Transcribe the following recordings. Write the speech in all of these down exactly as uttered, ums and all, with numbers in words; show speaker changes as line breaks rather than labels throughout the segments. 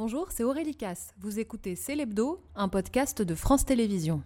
Bonjour, c'est Aurélie Casse. Vous écoutez C'est l'Hebdo, un podcast de France Télévisions.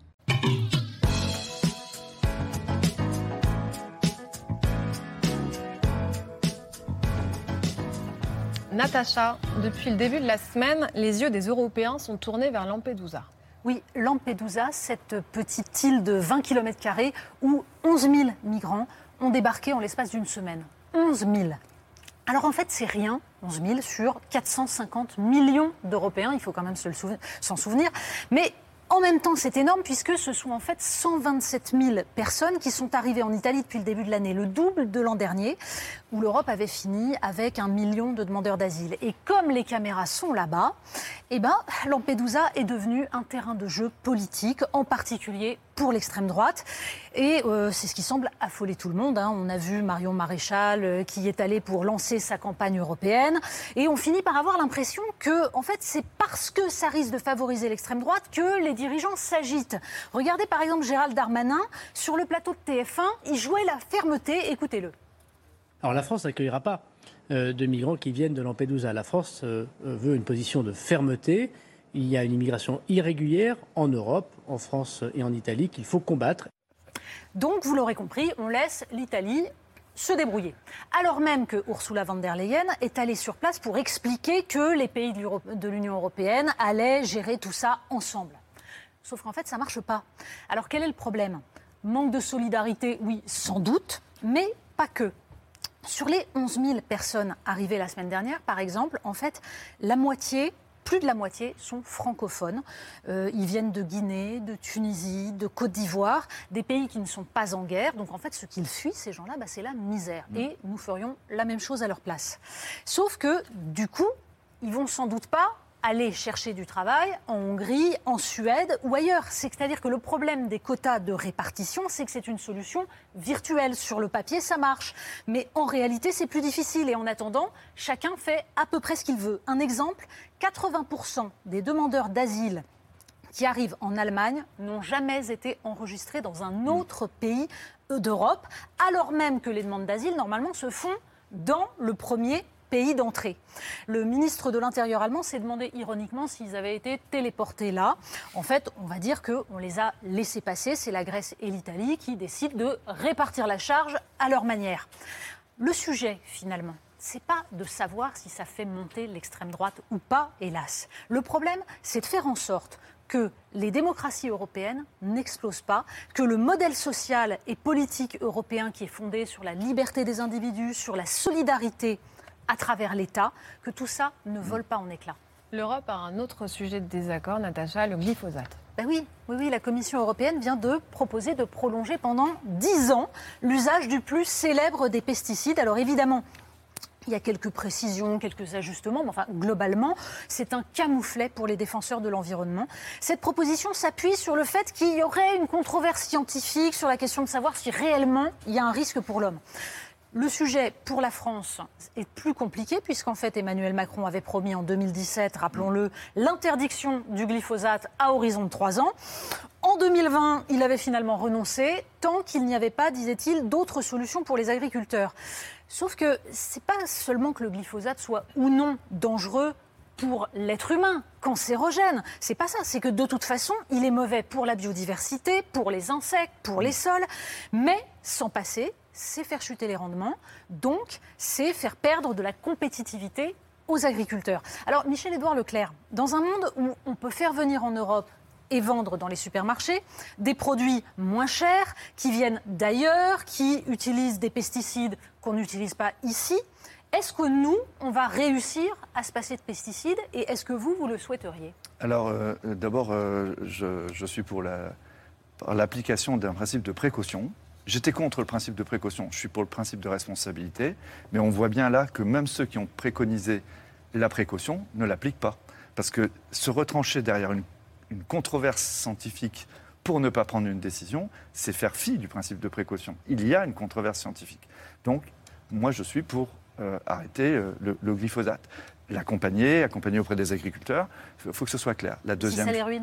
Natacha, depuis le début de la semaine, les yeux des Européens sont tournés vers Lampedusa.
Oui, Lampedusa, cette petite île de vingt kilomètres carrés où onze mille migrants ont débarqué en l'espace d'une semaine. onze mille. Alors en fait, c'est rien, onze mille sur quatre cent cinquante millions d'Européens, il faut quand même se le souven- s'en souvenir. Mais en même temps, c'est énorme puisque ce sont en fait cent vingt-sept mille personnes qui sont arrivées en Italie depuis le début de l'année, le double de l'an dernier, où l'Europe avait fini avec un million de demandeurs d'asile. Et comme les caméras sont là-bas, eh ben, Lampedusa est devenu un terrain de jeu politique, en particulier pour l'extrême droite. Et euh, c'est ce qui semble affoler tout le monde. Hein. On a vu Marion Maréchal euh, qui est allée pour lancer sa campagne européenne. Et on finit par avoir l'impression que, en fait, c'est parce que ça risque de favoriser l'extrême droite que les dirigeants s'agitent. Regardez par exemple Gérald Darmanin, sur le plateau de T F un, il jouait la fermeté. Écoutez-le.
Alors la France n'accueillera pas euh, de migrants qui viennent de Lampedusa. La France euh, veut une position de fermeté. Il y a une immigration irrégulière en Europe, en France et en Italie qu'il faut combattre.
Donc, vous l'aurez compris, on laisse l'Italie se débrouiller. Alors même que Ursula von der Leyen est allée sur place pour expliquer que les pays de l'Union européenne allaient gérer tout ça ensemble. Sauf qu'en fait, ça ne marche pas. Alors, quel est le problème ? Manque de solidarité, oui, sans doute, mais pas que. Sur les onze mille personnes arrivées la semaine dernière, par exemple, en fait, la moitié, plus de la moitié, sont francophones. Euh, ils viennent de Guinée, de Tunisie, de Côte d'Ivoire, des pays qui ne sont pas en guerre. Donc, en fait, ce qu'ils fuient, ces gens-là, bah, c'est la misère. Mmh. Et nous ferions la même chose à leur place. Sauf que, du coup, ils vont sans doute pas aller chercher du travail en Hongrie, en Suède ou ailleurs. C'est-à-dire que le problème des quotas de répartition, c'est que c'est une solution virtuelle. Sur le papier, ça marche. Mais en réalité, c'est plus difficile. Et en attendant, chacun fait à peu près ce qu'il veut. Un exemple, quatre-vingts pour cent des demandeurs d'asile qui arrivent en Allemagne n'ont jamais été enregistrés dans un autre pays d'Europe, alors même que les demandes d'asile, normalement, se font dans le premier pays d'entrée. Le ministre de l'Intérieur allemand s'est demandé ironiquement s'ils avaient été téléportés là. En fait, on va dire qu'on les a laissés passer. C'est la Grèce et l'Italie qui décident de répartir la charge à leur manière. Le sujet, finalement, c'est pas de savoir si ça fait monter l'extrême droite ou pas, hélas. Le problème, c'est de faire en sorte que les démocraties européennes n'explosent pas, que le modèle social et politique européen qui est fondé sur la liberté des individus, sur la solidarité à travers l'État, que tout ça ne vole pas en éclats.
L'Europe a un autre sujet de désaccord, Natacha, le glyphosate.
Ben oui, oui, oui, la Commission européenne vient de proposer de prolonger pendant dix ans l'usage du plus célèbre des pesticides. Alors évidemment, il y a quelques précisions, quelques ajustements, mais enfin, globalement, c'est un camouflet pour les défenseurs de l'environnement. Cette proposition s'appuie sur le fait qu'il y aurait une controverse scientifique sur la question de savoir si réellement il y a un risque pour l'homme. Le sujet pour la France est plus compliqué puisqu'en fait Emmanuel Macron avait promis en deux mille dix-sept, rappelons-le, l'interdiction du glyphosate à horizon de trois ans. En deux mille vingt, il avait finalement renoncé tant qu'il n'y avait pas, disait-il, d'autres solutions pour les agriculteurs. Sauf que c'est pas seulement que le glyphosate soit ou non dangereux pour l'être humain, cancérogène. C'est pas ça, c'est que de toute façon, il est mauvais pour la biodiversité, pour les insectes, pour les sols, mais sans passer, c'est faire chuter les rendements, donc c'est faire perdre de la compétitivité aux agriculteurs. Alors, Michel-Édouard Leclerc, dans un monde où on peut faire venir en Europe et vendre dans les supermarchés des produits moins chers, qui viennent d'ailleurs, qui utilisent des pesticides qu'on n'utilise pas ici, est-ce que nous, on va réussir à se passer de pesticides et est-ce que vous, vous le souhaiteriez ?
Alors, euh, d'abord, euh, je, je suis pour la, par l'application d'un principe de précaution. J'étais contre le principe de précaution, je suis pour le principe de responsabilité, mais on voit bien là que même ceux qui ont préconisé la précaution ne l'appliquent pas. Parce que se retrancher derrière une, une controverse scientifique pour ne pas prendre une décision, c'est faire fi du principe de précaution. Il y a une controverse scientifique. Donc, moi, je suis pour euh, arrêter euh, le, le glyphosate. L'accompagner, accompagner auprès des agriculteurs, il faut que ce soit clair. La deuxième...
Si ça les ruine ?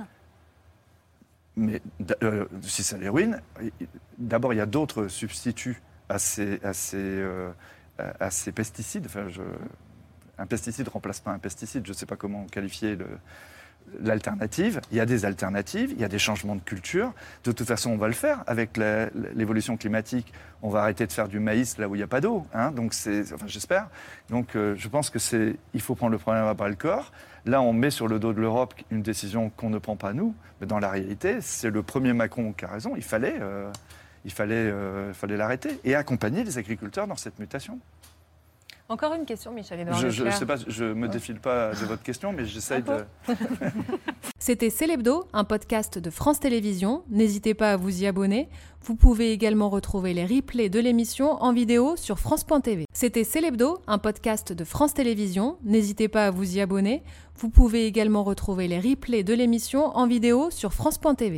Mais euh, si ça les ruine, d'abord, il y a d'autres substituts à ces, à ces, euh, à ces pesticides. Enfin, je, un pesticide ne remplace pas un pesticide, je ne sais pas comment qualifier le, l'alternative. Il y a des alternatives, il y a des changements de culture. De toute façon, on va le faire avec la, l'évolution climatique. On va arrêter de faire du maïs là où il n'y a pas d'eau. Hein, donc c'est, enfin, j'espère. Donc euh, je pense que c'est, il faut prendre le problème à bras le corps. Là, on met sur le dos de l'Europe une décision qu'on ne prend pas nous. Mais dans la réalité, c'est le premier Macron qui a raison. Il fallait, euh, il fallait, euh, fallait l'arrêter et accompagner les agriculteurs dans cette mutation.
Encore une question, Michel Edouard
Je ne
Leclerc.
sais pas, je me défile pas de votre question, mais j'essaye de...
C'était C'est l'Hebdo, un podcast de France Télévisions. N'hésitez pas à vous y abonner. Vous pouvez également retrouver les replays de l'émission en vidéo sur France point T V. C'était C'est l'Hebdo, un podcast de France Télévisions. N'hésitez pas à vous y abonner. Vous pouvez également retrouver les replays de l'émission en vidéo sur France point T V.